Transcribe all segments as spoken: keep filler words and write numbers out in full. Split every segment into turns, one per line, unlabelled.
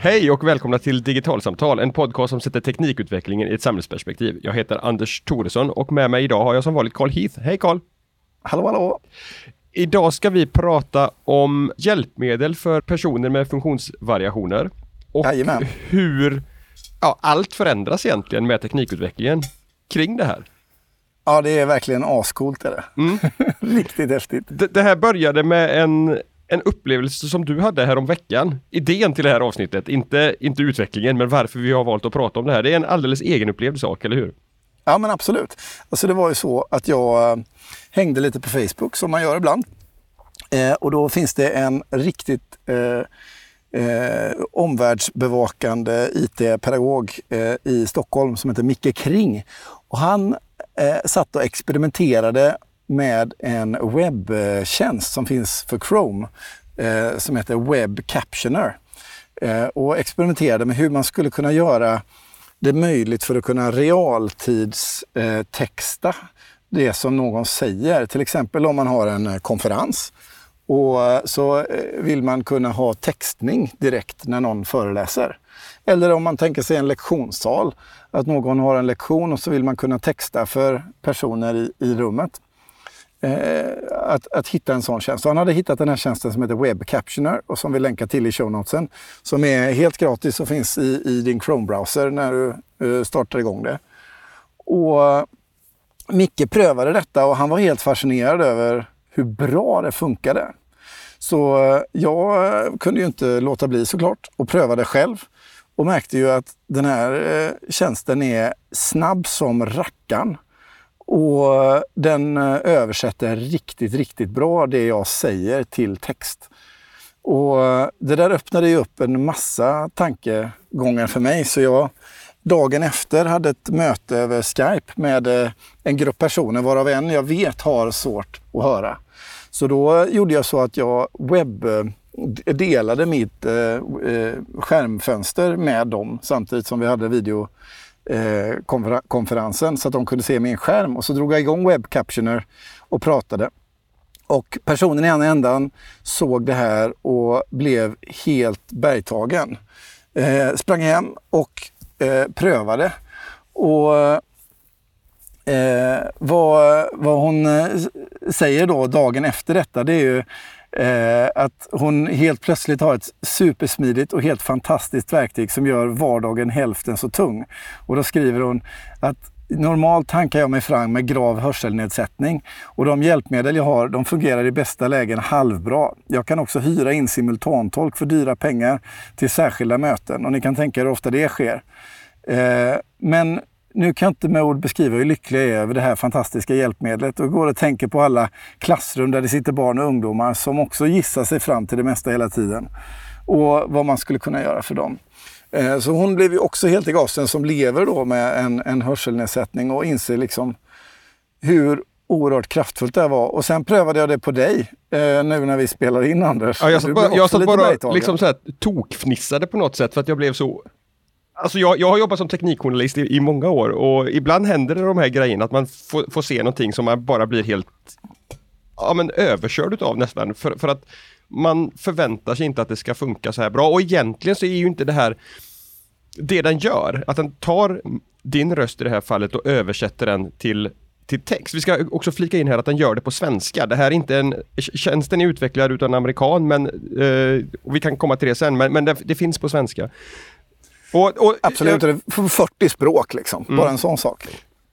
Hej och välkomna till Digitalsamtal, en podcast som sätter teknikutvecklingen i ett samhällsperspektiv. Jag heter Anders Thoresson och med mig idag har jag som vanligt Carl Heath. Hej Carl!
Hallå, hallå!
Idag ska vi prata om hjälpmedel för personer med funktionsvariationer. Och
Jajamän.
hur ja, allt förändras egentligen med teknikutvecklingen kring det här.
Ja, det är verkligen ascoolt är det.
Mm.
Riktigt häftigt.
Det, det här började med en, en upplevelse som du hade här om veckan. Idén till det här avsnittet, inte, inte utvecklingen, men varför vi har valt att prata om det här. Det är en alldeles egen upplevd sak, eller hur?
Ja, men absolut. Alltså det var ju så att jag äh, hängde lite på Facebook som man gör ibland. Eh, och då finns det en riktigt eh, eh, omvärldsbevakande I T-pedagog eh, i Stockholm som heter Micke Kring. Och han eh, satt och experimenterade med en webbtjänst som finns för Chrome eh, som heter Web Captioner. Eh, och experimenterade med hur man skulle kunna göra det möjligt för att kunna realtidstexta eh, det som någon säger. Till exempel om man har en konferens och så vill man kunna ha textning direkt när någon föreläser. Eller om man tänker sig en lektionssal, att någon har en lektion och så vill man kunna texta för personer i, i rummet. Eh, att, att hitta en sån tjänst. Så han hade hittat den här tjänsten som heter Web Captioner och som vi länkar till i show notesen. Som är helt gratis och finns i, i din Chrome-browser när du uh, startar igång det. Och Micke prövade detta och han var helt fascinerad över hur bra det funkade. Så jag kunde ju inte låta bli såklart och prövade själv. Och märkte ju att den här tjänsten är snabb som rackan. Och den översätter riktigt, riktigt bra det jag säger till text. Och det där öppnade ju upp en massa tankegångar för mig. Så jag dagen efter hade ett möte över Skype med en grupp personer varav en jag vet har svårt att höra. Så då gjorde jag så att jag webb delade mitt eh, skärmfönster med dem samtidigt som vi hade videokonferensen så att de kunde se min skärm. Och så drog jag igång Web Captioner och pratade. Och personen i ena ändan såg det här och blev helt bergtagen. Eh, sprang hem och eh, prövade. Och eh, vad, vad hon eh, säger då dagen efter detta, det är ju eh, att hon helt plötsligt har ett supersmidigt och helt fantastiskt verktyg som gör vardagen hälften så tung. Och då skriver hon att normalt tankar jag mig fram med grav hörselnedsättning och de hjälpmedel jag har, de fungerar i bästa lägen halvbra. Jag kan också hyra in simultantolk för dyra pengar till särskilda möten och ni kan tänka er hur ofta det sker. Eh, men nu kan jag inte med ord beskriva hur lycklig jag är över det här fantastiska hjälpmedlet och går och tänker på alla klassrum där det sitter barn och ungdomar som också gissar sig fram till det mesta hela tiden och vad man skulle kunna göra för dem. Så hon blev ju också helt i gasen som lever då med en, en hörselnedsättning och inser liksom hur oerhört kraftfullt det var. Och sen prövade jag det på dig eh, nu när vi spelar in, Anders.
Ja, jag satt bara, jag satt bara liksom så här, tokfnissade på något sätt för att jag blev så... Alltså jag, jag har jobbat som teknikjournalist i, i många år och ibland händer det de här grejerna att man får, får se någonting som man bara blir helt ja, men överkörd utav nästan. För, för att man förväntar sig inte att det ska funka så här bra. Och egentligen så är ju inte det här det den gör. Att den tar din röst i det här fallet och översätter den till, till text. Vi ska också flika in här att den gör det på svenska. Det här är inte en... Tjänsten är utvecklad utan amerikan, men eh, och vi kan komma till det sen. Men, men det, det finns på svenska. Och, och,
Absolut, det är fyrtio språk liksom. Mm. Bara en sån sak.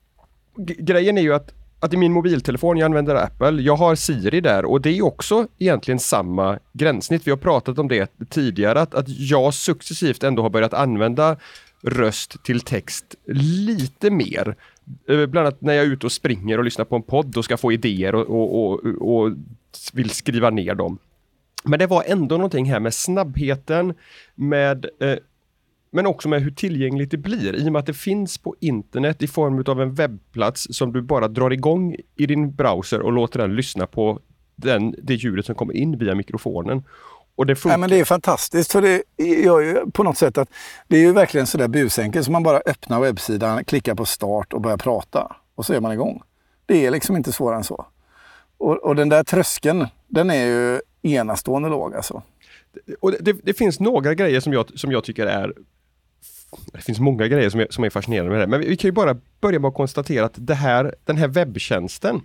G- grejen är ju att att i min mobiltelefon, jag använder Apple, jag har Siri där och det är också egentligen samma gränssnitt. Vi har pratat om det tidigare, att, att jag successivt ändå har börjat använda röst till text lite mer. Bland annat när jag är ute och springer och lyssnar på en podd och ska få idéer och, och, och, och vill skriva ner dem. Men det var ändå någonting här med snabbheten, med... Eh, men också med hur tillgängligt det blir i och med att det finns på internet i form av en webbplats som du bara drar igång i din browser och låter den lyssna på den, det ljudet som kommer in via mikrofonen. Och det funkar.
Nej, men det är fantastiskt för det gör ju på något sätt att det är ju verkligen sådär busenkelt som man bara öppnar webbsidan, klickar på start och börjar prata och så är man igång. Det är liksom inte svårare än så. Och, och den där tröskeln, den är ju enastående låg alltså.
och det, det finns några grejer som jag, som jag tycker är det finns många grejer som är, som är fascinerande med det. Men vi kan ju bara börja med att konstatera att det här, den här webbtjänsten,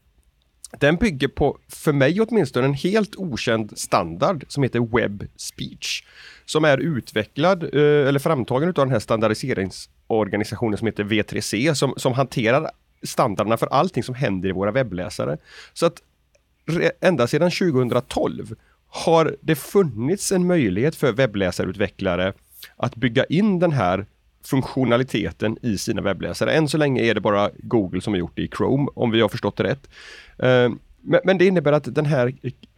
den bygger på, för mig åtminstone, en helt okänd standard som heter Web Speech. Som är utvecklad eller framtagen av den här standardiseringsorganisationen som heter V tre C som, som hanterar standarderna för allting som händer i våra webbläsare. Så att ända sedan tjugohundratolv har det funnits en möjlighet för webbläsarutvecklare att bygga in den här funktionaliteten i sina webbläsare. Än så länge är det bara Google som har gjort det i Chrome, om vi har förstått det rätt. Men det innebär att den här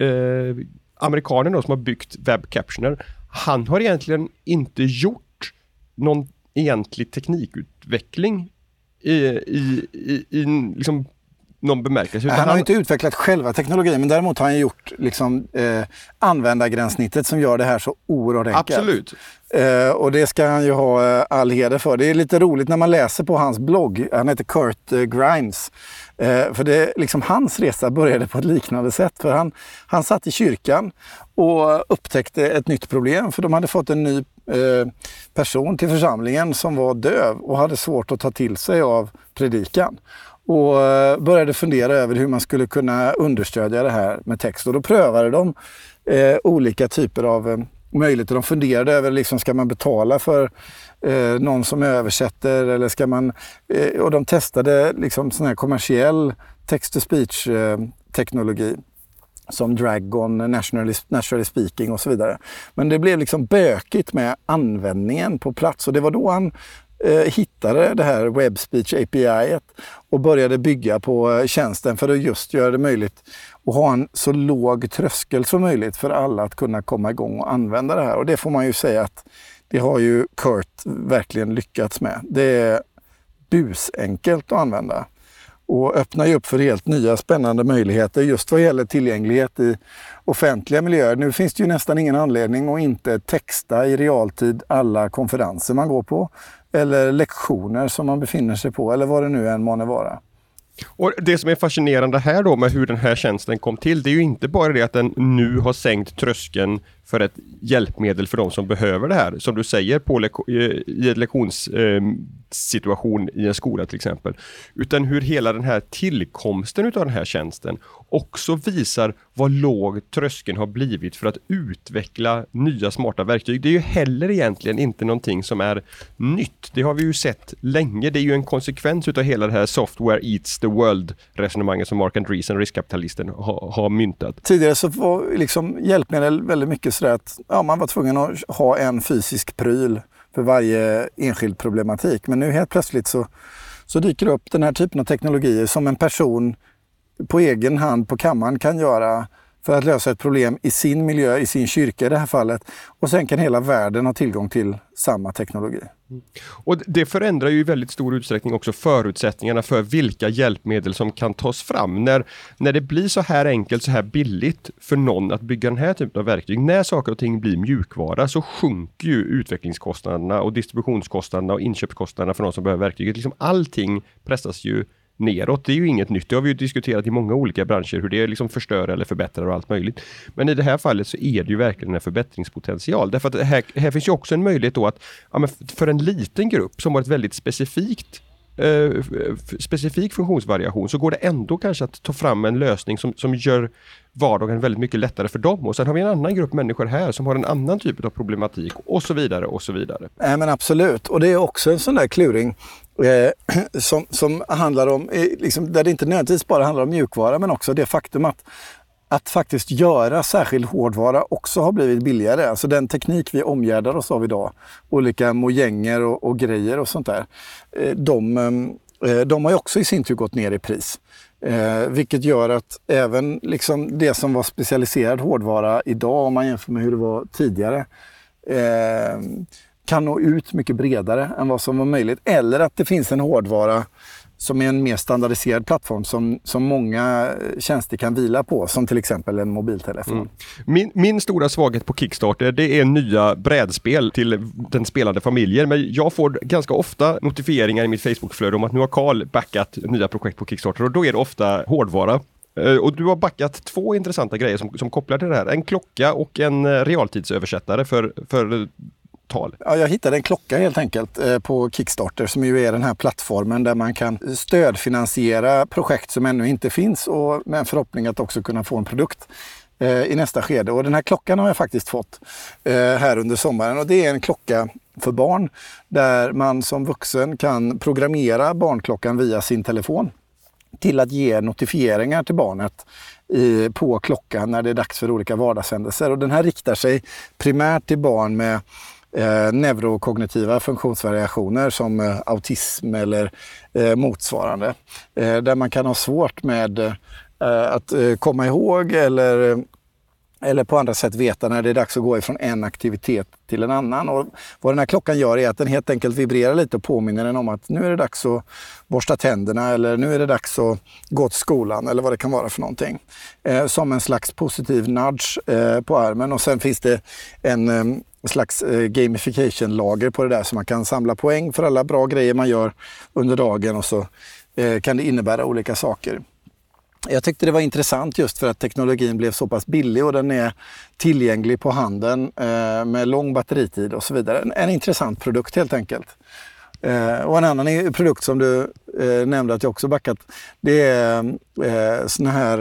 amerikanen då, som har byggt webbcaptioner, han har egentligen inte gjort någon egentlig teknikutveckling i, i, i, i liksom någon bemärkelse.
Han har han... inte utvecklat själva teknologin, men däremot har han gjort liksom, eh, användargränssnittet som gör det här så oerhört enkelt.
Absolut.
Eh, och det ska han ju ha eh, all heder för. Det är lite roligt när man läser på hans blogg. Han heter Kurt eh, Grimes. Eh, för det, liksom, hans resa började på ett liknande sätt. För han, han satt i kyrkan och upptäckte ett nytt problem. För de hade fått en ny eh, person till församlingen som var döv och hade svårt att ta till sig av predikan. Och började fundera över hur man skulle kunna understödja det här med text. Och då prövade de eh, olika typer av eh, möjligheter. De funderade över, liksom, ska man betala för eh, någon som översätter? Eller ska man, eh, och de testade liksom, sån här kommersiell text-to-speech-teknologi. Eh, som Dragon, naturally, naturally speaking och så vidare. Men det blev liksom bökigt med användningen på plats. Och det var då han eh, hittade det här Web Speech A P I och började bygga på tjänsten för att just göra det möjligt att ha en så låg tröskel som möjligt för alla att kunna komma igång och använda det här. Och det får man ju säga att det har ju Kurt verkligen lyckats med. Det är busenkelt att använda. Och öppnar ju upp för helt nya spännande möjligheter just vad gäller tillgänglighet i offentliga miljöer. Nu finns det ju nästan ingen anledning att inte texta i realtid alla konferenser man går på. Eller lektioner som man befinner sig på, eller vad det nu än måste vara.
Och det som är fascinerande här då med hur den här tjänsten kom till, det är ju inte bara det att den nu har sänkt tröskeln för ett hjälpmedel för de som behöver det här. Som du säger på lek- i en lektionssituation i en skola till exempel. Utan hur hela den här tillkomsten av den här tjänsten också visar vad låg tröskeln har blivit för att utveckla nya smarta verktyg. Det är ju heller egentligen inte någonting som är nytt. Det har vi ju sett länge. Det är ju en konsekvens av hela det här software eats the world-resonemanget som Mark Andreessen, riskkapitalisten, har, har myntat.
Tidigare så var liksom hjälpmedel väldigt mycket sådär att ja, man var tvungen att ha en fysisk pryl för varje enskild problematik. Men nu helt plötsligt så, så dyker det upp den här typen av teknologier som en person på egen hand på kammaren kan göra för att lösa ett problem i sin miljö, i sin kyrka i det här fallet. Och sen kan hela världen ha tillgång till samma teknologi.
Mm. Och det förändrar ju i väldigt stor utsträckning också förutsättningarna för vilka hjälpmedel som kan tas fram. När, när det blir så här enkelt, så här billigt för någon att bygga den här typen av verktyg, när saker och ting blir mjukvara så sjunker ju utvecklingskostnaderna och distributionskostnaderna och inköpskostnaderna för någon som behöver verktyget. Liksom allting pressas ju neråt. Det är ju inget nytt. Det har vi ju diskuterat i många olika branscher hur det liksom förstör eller förbättrar och allt möjligt. Men i det här fallet så är det ju verkligen en förbättringspotential. Därför att här, här finns ju också en möjlighet då att ja, men för en liten grupp som har ett väldigt specifikt eh, specifik funktionsvariation så går det ändå kanske att ta fram en lösning som, som gör vardagen väldigt mycket lättare för dem. Och sen har vi en annan grupp människor här som har en annan typ av problematik och så vidare och så vidare.
Nej, men absolut. Och det är också en sån där kluring Eh, som, som handlar om, eh, liksom, där det inte nödvändigtvis bara handlar om mjukvara men också det faktum att, att faktiskt göra särskild hårdvara också har blivit billigare. Alltså den teknik vi omgärdar oss av idag, olika mojänger och, och grejer och sånt där, eh, de, eh, de har ju också i sin tur gått ner i pris. Eh, vilket gör att även liksom, det som var specialiserad hårdvara idag om man jämför med hur det var tidigare eh, kan nå ut mycket bredare än vad som var möjligt. Eller att det finns en hårdvara som är en mer standardiserad plattform som, som många tjänster kan vila på, som till exempel en mobiltelefon. Mm.
Min, min stora svaghet på Kickstarter, det är nya brädspel till den spelande familjen. Men jag får ganska ofta notifieringar i mitt Facebookflöde om att nu har Carl backat nya projekt på Kickstarter och då är det ofta hårdvara. Och du har backat två intressanta grejer som, som kopplar till det här. En klocka och en realtidsöversättare för, för tal.
Ja, jag hittade en klocka helt enkelt eh, på Kickstarter som ju är den här plattformen där man kan stödfinansiera projekt som ännu inte finns och med en förhoppning att också kunna få en produkt eh, i nästa skede. Och den här klockan har jag faktiskt fått eh, här under sommaren och det är en klocka för barn där man som vuxen kan programmera barnklockan via sin telefon till att ge notifieringar till barnet i, på klockan när det är dags för olika vardagshändelser. Och den här riktar sig primärt till barn med eh, neurokognitiva funktionsvariationer som eh, autism eller eh, motsvarande. Eh, där man kan ha svårt med eh, att eh, komma ihåg eller eller på andra sätt veta när det är dags att gå ifrån en aktivitet till en annan. Och vad den här klockan gör är att den helt enkelt vibrerar lite och påminner den om att nu är det dags att borsta tänderna eller nu är det dags att gå till skolan eller vad det kan vara för någonting. Eh, som en slags positiv nudge eh, på armen och sen finns det en eh, slags eh, gamification-lager på det där så man kan samla poäng för alla bra grejer man gör under dagen och så eh, kan det innebära olika saker. Jag tyckte det var intressant just för att teknologin blev så pass billig och den är tillgänglig på handeln eh, med lång batteritid och så vidare. En, en intressant produkt helt enkelt. Eh, och en annan produkt som du eh, nämnde att jag också backat, det är eh, såna här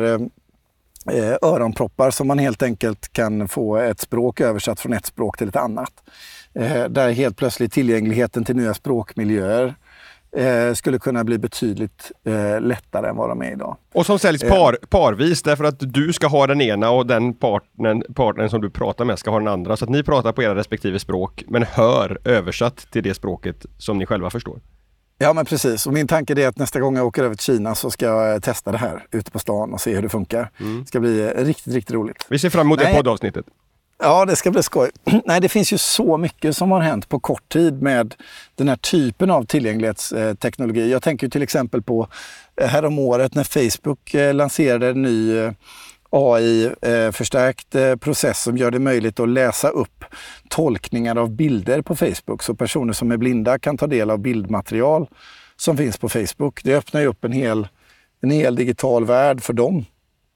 eh, öronproppar som man helt enkelt kan få ett språk översatt från ett språk till ett annat. Eh, där helt plötsligt tillgängligheten till nya språkmiljöer Eh, skulle kunna bli betydligt eh, lättare än vad de är idag.
Och som säljs par, parvis därför att du ska ha den ena och den partnern, partnern som du pratar med ska ha den andra. Så att ni pratar på era respektive språk men hör översatt till det språket som ni själva förstår.
Ja men precis, och min tanke är att nästa gång jag åker över till Kina så ska jag testa det här ute på stan och se hur det funkar. Mm. Det ska bli riktigt, riktigt roligt.
Vi ser fram emot Nej. det poddavsnittet.
Ja, det ska bli skoj. Nej, det finns ju så mycket som har hänt på kort tid med den här typen av tillgänglighetsteknologi. Jag tänker till exempel på härom året när Facebook lanserade en ny A I-förstärkt process som gör det möjligt att läsa upp tolkningar av bilder på Facebook. Så personer som är blinda kan ta del av bildmaterial som finns på Facebook. Det öppnar ju upp en hel, en hel digital värld för dem.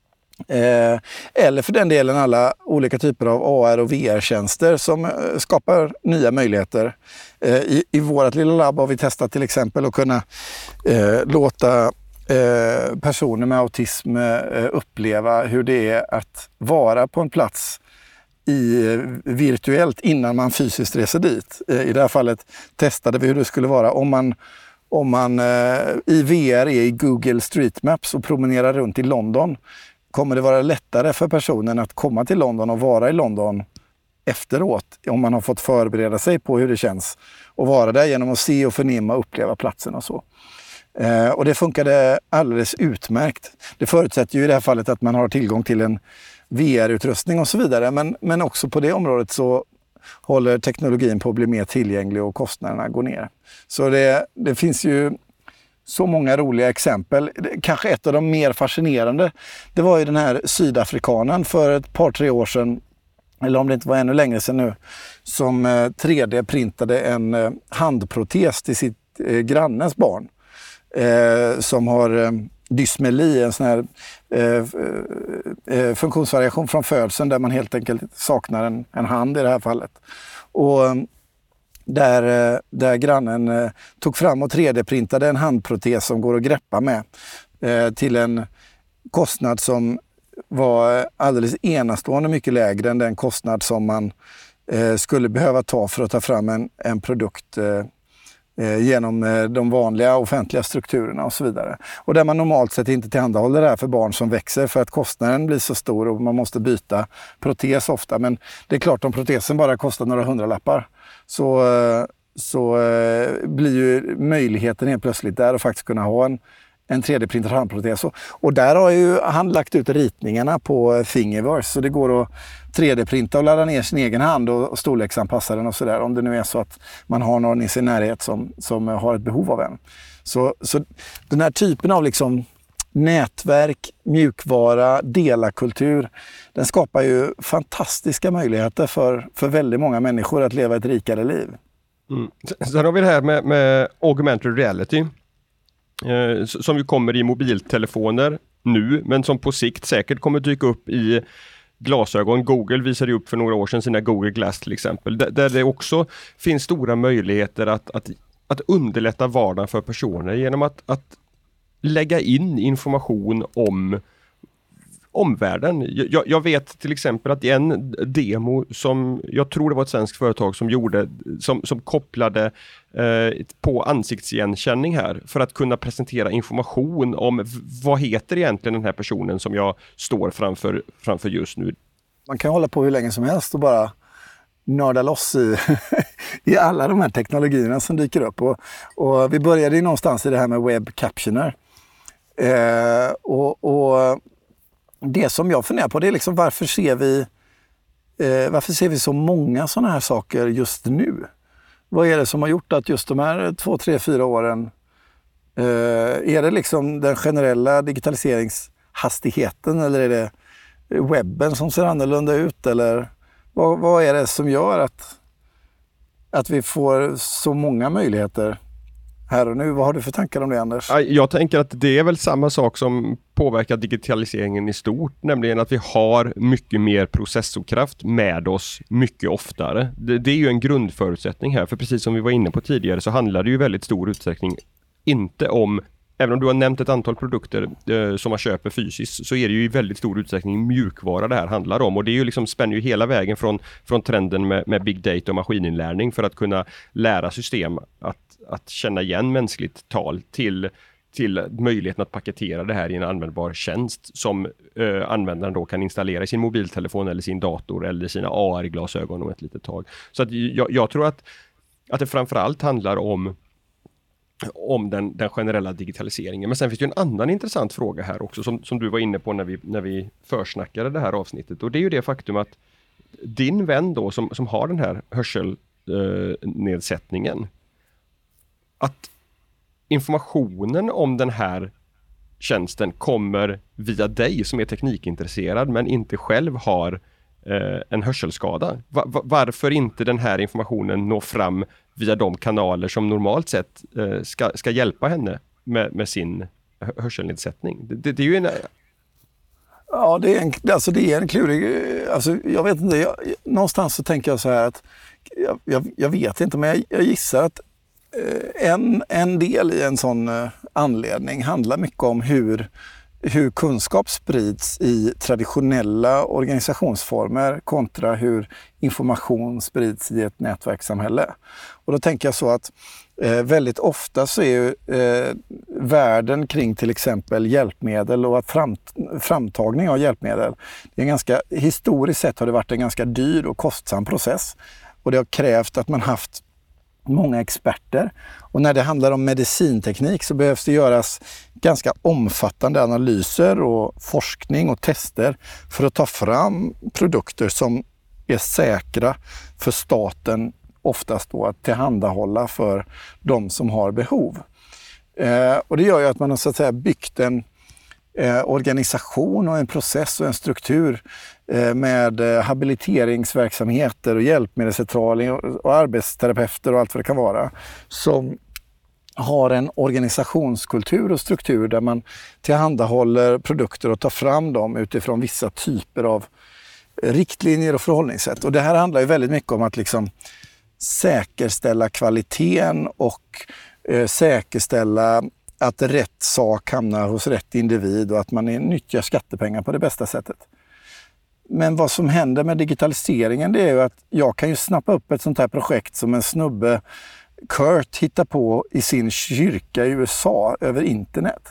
Eh, eller för den delen alla olika typer av A R och V R-tjänster som eh, skapar nya möjligheter. Eh, i, I vårt lilla labb har vi testat till exempel att kunna eh, låta eh, personer med autism eh, uppleva hur det är att vara på en plats i, virtuellt innan man fysiskt reser dit. Eh, I det här fallet testade vi hur det skulle vara om man om man eh, i V R är i Google Street Maps och promenerar runt i London. Kommer det vara lättare för personen att komma till London och vara i London efteråt om man har fått förbereda sig på hur det känns och vara där genom att se och förnimma och uppleva platsen och så. Eh, och det funkade alldeles utmärkt. Det förutsätter ju i det här fallet att man har tillgång till en V R-utrustning och så vidare, men, men också på det området så håller teknologin på att bli mer tillgänglig och kostnaderna går ner. Så det, det finns ju så många roliga exempel. Kanske ett av de mer fascinerande, det var ju den här sydafrikanen för ett par, tre år sedan, eller om det inte var ännu längre sedan nu, som tre D-printade en handprotes till sitt grannens barn. Eh, som har dysmeli, en sån här eh, eh, funktionsvariation från födseln där man helt enkelt saknar en, en hand i det här fallet. Och Där, där grannen eh, tog fram och tre D-printade en handprotes som går att greppa med eh, till en kostnad som var alldeles enastående mycket lägre än den kostnad som man eh, skulle behöva ta för att ta fram en, en produkt eh, genom eh, de vanliga offentliga strukturerna och så vidare. Och där man normalt sett inte tillhandahåller det här för barn som växer för att kostnaden blir så stor och man måste byta protes ofta. Men det är klart om protesen bara kostar några hundralappar så, så blir ju möjligheten helt plötsligt där att faktiskt kunna ha en, en tre D-printad handprotes. Och, och där har ju han lagt ut ritningarna på Thingiverse så det går att tre D-printa och ladda ner sin egen hand och, och storleksanpassa den och sådär. Om det nu är så att man har någon i sin närhet som, som har ett behov av en. Så, så den här typen av liksom nätverk, mjukvara, delakultur, den skapar ju fantastiska möjligheter för, för väldigt många människor att leva ett rikare liv.
Mm. Sen har vi det här med, med augmented reality eh, som ju kommer i mobiltelefoner nu, men som på sikt säkert kommer dyka upp i glasögon. Google visade ju upp för några år sedan sina Google Glass till exempel, där, där det också finns stora möjligheter att, att, att underlätta vardagen för personer genom att, att lägga in information om omvärlden. Jag, jag vet till exempel att en demo som, jag tror det var ett svenskt företag som gjorde, som, som kopplade eh, på ansiktsigenkänning här för att kunna presentera information om vad heter egentligen den här personen som jag står framför, framför just nu.
Man kan hålla på hur länge som helst och bara nörda loss i, i alla de här teknologierna som dyker upp. Och, och vi började ju någonstans i det här med web captioner. Eh, och, och det som jag funderar på, det är liksom varför ser vi eh, varför ser vi så många sådana här saker just nu? Vad är det som har gjort att just de här två, tre, fyra åren eh, är det liksom den generella digitaliseringshastigheten eller är det webben som ser annorlunda ut? Eller vad, vad är det som gör att, att vi får så många möjligheter här och nu? Vad har du för tankar om det, Anders?
Jag tänker att det är väl samma sak som påverkar digitaliseringen i stort, nämligen att vi har mycket mer processorkraft med oss mycket oftare. Det, det är ju en grundförutsättning här, för precis som vi var inne på tidigare så handlar det ju väldigt stor utsträckning inte om, även om du har nämnt ett antal produkter eh, som man köper fysiskt, så är det ju i väldigt stor utsträckning mjukvara det här handlar om. Och det är ju liksom, spänner ju hela vägen från, från trenden med, med big data och maskininlärning för att kunna lära system att, att känna igen mänskligt tal till, till möjligheten att paketera det här i en användbar tjänst som eh, användaren då kan installera i sin mobiltelefon eller sin dator eller sina A R-glasögon om ett litet tag. Så att jag, jag tror att, att det framförallt handlar om om den, den generella digitaliseringen. Men sen finns det ju en annan intressant fråga här också som, som du var inne på när vi, när vi försnackade det här avsnittet. Och det är ju det faktum att din vän då som, som har den här hörselnedsättningen, eh, att informationen om den här tjänsten kommer via dig som är teknikintresserad men inte själv har eh, en hörselskada. Va, va, varför inte den här informationen når fram via de kanaler som normalt sett eh, ska, ska hjälpa henne med, med sin hörselnedsättning? Det, det, det är ju en...
Ja, det är en, alltså det är en klurig... Alltså jag vet inte, jag, någonstans så tänker jag så här att jag, jag, jag vet inte, men jag, jag gissar att eh, en, en del i en sån eh, anledning handlar mycket om hur hur kunskap sprids i traditionella organisationsformer kontra hur information sprids i ett nätverkssamhälle. Och då tänker jag så att eh, väldigt ofta så är ju eh, världen kring till exempel hjälpmedel och att fram, framtagning av hjälpmedel, det är en ganska, historiskt sett har det varit en ganska dyr och kostsam process. Och det har krävt att man haft många experter. Och när det handlar om medicinteknik så behövs det göras ganska omfattande analyser och forskning och tester för att ta fram produkter som är säkra för staten oftast då att tillhandahålla för de som har behov. Eh, och det gör ju att man har så att säga byggt en eh, organisation och en process och en struktur eh, med eh, habiliteringsverksamheter och hjälpmedelscentraler och, och arbetsterapeuter och allt vad det kan vara som har en organisationskultur och struktur där man tillhandahåller produkter och tar fram dem utifrån vissa typer av riktlinjer och förhållningssätt. Och det här handlar ju väldigt mycket om att liksom säkerställa kvaliteten och eh, säkerställa att rätt sak hamnar hos rätt individ och att man nyttjar skattepengar på det bästa sättet. Men vad som händer med digitaliseringen, det är ju att jag kan ju snappa upp ett sånt här projekt som en snubbe Kurt hittar på i sin kyrka i U S A över internet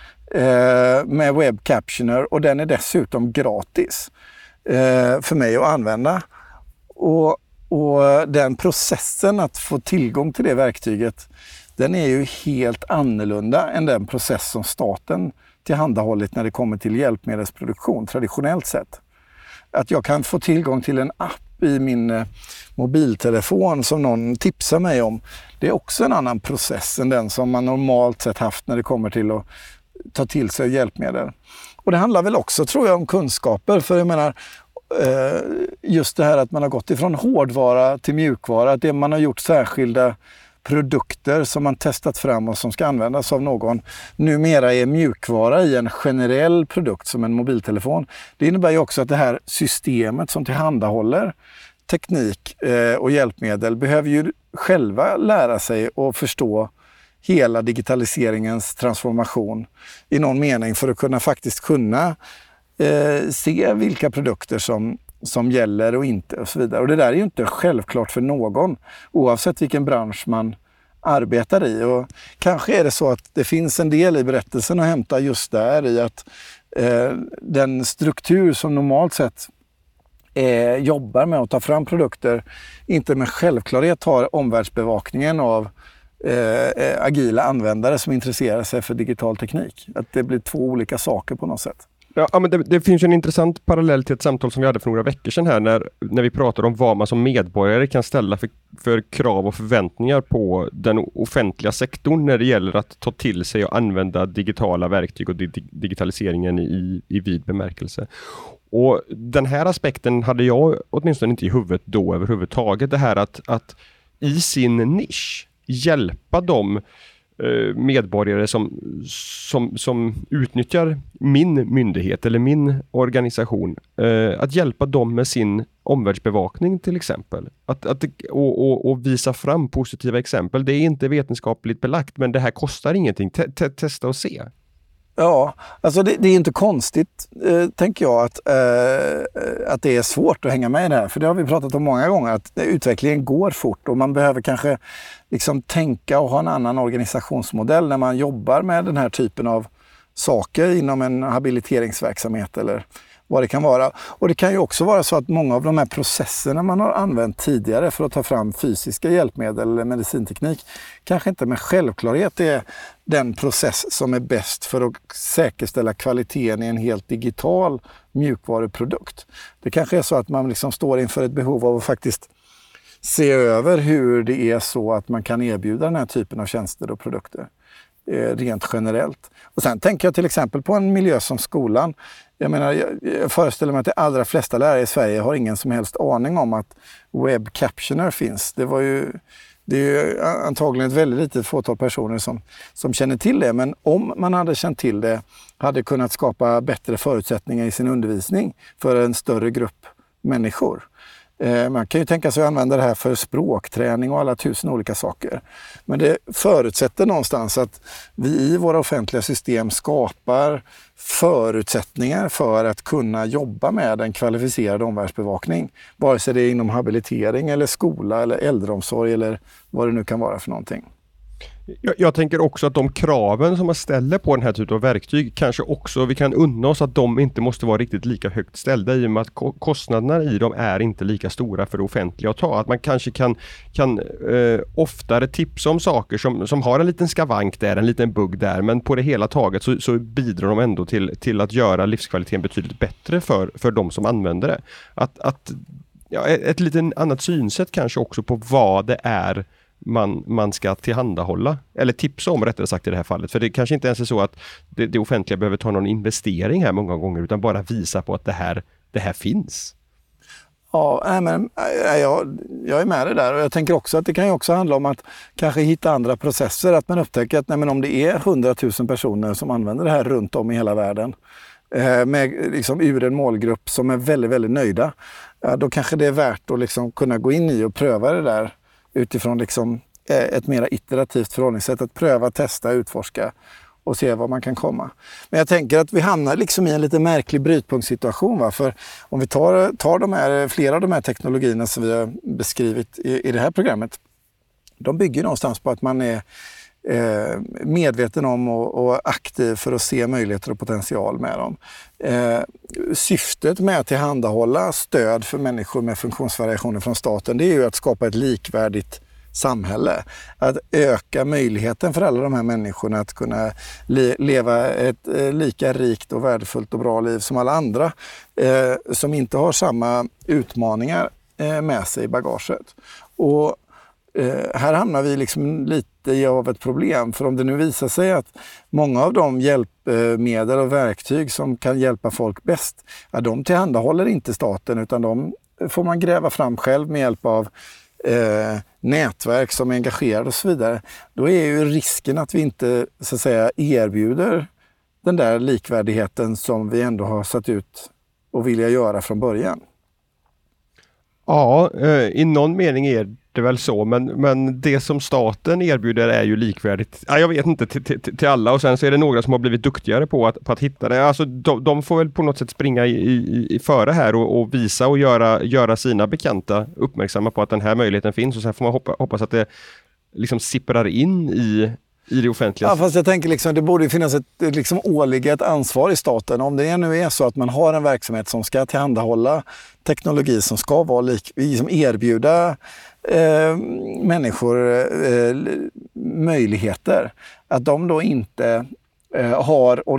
eh, med web captioner, och den är dessutom gratis eh, för mig att använda. Och, och den processen att få tillgång till det verktyget, den är ju helt annorlunda än den process som staten tillhandahållit när det kommer till hjälpmedelsproduktion traditionellt sett. Att jag kan få tillgång till en app i min eh, mobiltelefon som någon tipsar mig om, det är också en annan process än den som man normalt sett haft när det kommer till att ta till sig hjälpmedel. Och det handlar väl också, tror jag, om kunskaper, för jag menar eh, just det här att man har gått ifrån hårdvara till mjukvara, att det man har gjort särskilda produkter som man testat fram och som ska användas av någon numera är mjukvara i en generell produkt som en mobiltelefon. Det innebär ju också att det här systemet som tillhandahåller teknik eh, och hjälpmedel behöver ju själva lära sig och förstå hela digitaliseringens transformation i någon mening för att kunna faktiskt kunna eh, se vilka produkter som, som gäller och inte och så vidare. Och det där är ju inte självklart för någon oavsett vilken bransch man arbetar i. Och kanske är det så att det finns en del i berättelsen att hämta just där i att eh, den struktur som normalt sett eh, jobbar med att ta fram produkter inte med självklarhet har omvärldsbevakningen av Eh, agila användare som intresserar sig för digital teknik. Att det blir två olika saker på något sätt.
Ja, men det, det finns ju en intressant parallell till ett samtal som vi hade för några veckor sedan här när, när vi pratade om vad man som medborgare kan ställa för, för krav och förväntningar på den offentliga sektorn när det gäller att ta till sig och använda digitala verktyg och di- digitaliseringen i, i vid bemärkelse. Och den här aspekten hade jag åtminstone inte i huvudet då överhuvudtaget. Det här att, att i sin nisch hjälpa de eh, medborgare som, som, som utnyttjar min myndighet eller min organisation. Eh, att hjälpa dem med sin omvärldsbevakning till exempel. Att, att, och, och, och visa fram positiva exempel. Det är inte vetenskapligt belagt men det här kostar ingenting. Te- te- testa och se.
Ja, alltså det, det är inte konstigt, eh, tänker jag, att, eh, att det är svårt att hänga med i det här. För det har vi pratat om många gånger, att utvecklingen går fort och man behöver kanske liksom tänka och ha en annan organisationsmodell när man jobbar med den här typen av saker inom en habiliteringsverksamhet eller vad det kan vara. Och det kan ju också vara så att många av de här processerna man har använt tidigare för att ta fram fysiska hjälpmedel eller medicinteknik kanske inte med självklarhet är den process som är bäst för att säkerställa kvaliteten i en helt digital mjukvaruprodukt. Det kanske är så att man liksom står inför ett behov av att faktiskt se över hur det är så att man kan erbjuda den här typen av tjänster och produkter eh, rent generellt. Och sen tänker jag till exempel på en miljö som skolan. Jag menar, jag, jag föreställer mig att de allra flesta lärare i Sverige har ingen som helst aning om att web captioner finns. Det var ju, det är ju antagligen ett väldigt litet fåtal personer som, som känner till det. Men om man hade känt till det hade kunnat skapa bättre förutsättningar i sin undervisning för en större grupp människor. Man kan ju tänka sig att använda det här för språkträning och alla tusen olika saker. Men det förutsätter någonstans att vi i våra offentliga system skapar förutsättningar för att kunna jobba med en kvalificerad omvärldsbevakning. Vare sig det är inom habilitering eller skola eller äldreomsorg eller vad det nu kan vara för någonting.
Jag, jag tänker också att de kraven som man ställer på den här typen av verktyg kanske också vi kan unna oss att de inte måste vara riktigt lika högt ställda i och med att ko- kostnaderna i dem är inte lika stora för det offentliga att ta. Att man kanske kan, kan eh, oftare tipsa om saker som, som har en liten skavank där, en liten bugg där, men på det hela taget så, så bidrar de ändå till, till att göra livskvaliteten betydligt bättre för, för de som använder det. Att, att ja, ett lite annat synsätt kanske också på vad det är Man, man ska tillhandahålla eller tipsa om rättare sagt i det här fallet. För det kanske inte ens är så att det, det offentliga behöver ta någon investering här många gånger utan bara visa på att det här, det här finns.
Ja, nej, men, jag, jag är med det där och jag tänker också att det kan ju också handla om att kanske hitta andra processer. Att man upptäcker att nej, men om det är hundratusen personer som använder det här runt om i hela världen eh, med liksom ur en målgrupp som är väldigt, väldigt nöjda. Ja, då kanske det är värt att liksom kunna gå in i och pröva det där utifrån liksom ett mer iterativt förhållningssätt. Att pröva, testa, utforska och se vad man kan komma. Men jag tänker att vi hamnar liksom i en lite märklig brytpunktssituation. Va? För om vi tar, tar de här, flera av de här teknologierna som vi har beskrivit i, i det här programmet. De bygger någonstans på att man är eh, medveten om och, och aktiv för att se möjligheter och potential med dem. Eh, syftet med att tillhandahålla stöd för människor med funktionsvariationer från staten, det är ju att skapa ett likvärdigt samhälle. Att öka möjligheten för alla de här människorna att kunna le- leva ett eh, lika rikt och värdefullt och bra liv som alla andra eh, som inte har samma utmaningar eh, med sig i bagaget. Och eh, här hamnar vi liksom lite av ett problem, för om det nu visar sig att många av de hjälpmedel och verktyg som kan hjälpa folk bäst, ja, de tillhandahåller inte staten utan de får man gräva fram själv med hjälp av eh, nätverk som är engagerade och så vidare, då är ju risken att vi inte så att säga erbjuder den där likvärdigheten som vi ändå har satt ut och vilja göra från början.
Ja, eh, i någon mening är det väl så, men, men det som staten erbjuder är ju likvärdigt. Ja, jag vet inte till, till, till alla, och sen så är det några som har blivit duktigare på att, på att hitta det. Alltså, de, de får väl på något sätt springa i, i, i före här och, och visa och göra, göra sina bekanta uppmärksamma på att den här möjligheten finns, och sen får man hoppa, hoppas att det liksom sipprar in i i det offentliga.
Ja, fast jag tänker liksom, det borde finnas ett liksom åligget ansvar i staten. Om det nu är så att man har en verksamhet som ska tillhandahålla teknologi som ska vara lik, liksom erbjuda eh, människor eh, möjligheter, att de då inte eh, har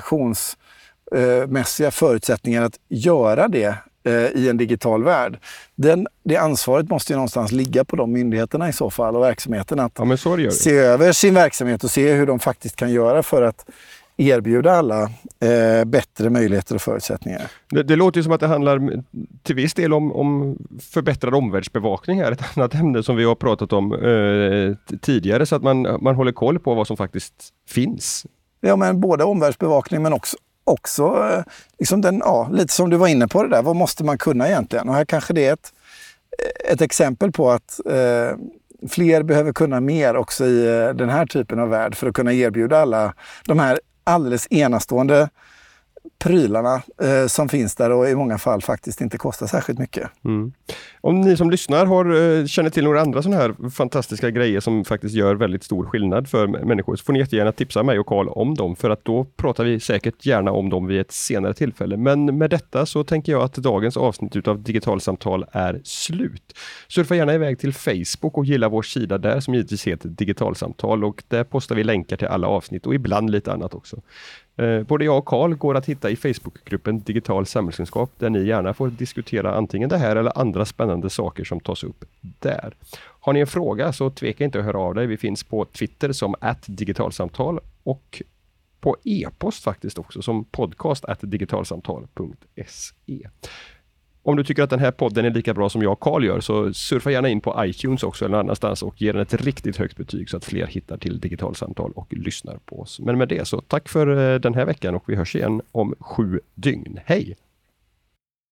organisationsmässiga förutsättningar att göra det i en digital värld. Den, det ansvaret måste ju någonstans ligga på de myndigheterna i så fall och verksamheten att
ja, men så gör det.
Se över sin verksamhet och se hur de faktiskt kan göra för att erbjuda alla eh, bättre möjligheter och förutsättningar.
Det, det låter ju som att det handlar till viss del om, om förbättrad omvärldsbevakning här, ett annat ämne som vi har pratat om eh, tidigare, så att man, man håller koll på vad som faktiskt finns.
Ja, men både omvärldsbevakning men också Också liksom den, ja, lite som du var inne på det där, vad måste man kunna egentligen? Och här kanske det är ett, ett exempel på att eh, fler behöver kunna mer också i eh, den här typen av värld för att kunna erbjuda alla de här alldeles enastående prylarna eh, som finns där och i många fall faktiskt inte kostar särskilt mycket.
Mm. Om ni som lyssnar har, eh, känner till några andra sådana här fantastiska grejer som faktiskt gör väldigt stor skillnad för människor, så får ni jättegärna tipsa mig och Carl om dem, för att då pratar vi säkert gärna om dem vid ett senare tillfälle. Men med detta så tänker jag att dagens avsnitt utav Digitalsamtal är slut. Surfa gärna iväg till Facebook och gilla vår sida där som givetvis heter Digitalsamtal, och där postar vi länkar till alla avsnitt och ibland lite annat också. Eh, både jag och Carl går att hitta i Facebookgruppen Digital Samhällskunskap, där ni gärna får diskutera antingen det här eller andra spännande saker som tas upp där. Har ni en fråga så tveka inte att höra av dig. Vi finns på Twitter som at digitalsamtal och på e-post faktiskt också som podcast at digitalsamtal punkt se. Om du tycker att den här podden är lika bra som jag och Carl gör, så surfa gärna in på iTunes också eller annanstans och ge den ett riktigt högt betyg så att fler hittar till Digitalsamtal och lyssnar på oss. Men med det så tack för den här veckan, och vi hörs igen om sju dygn. Hej!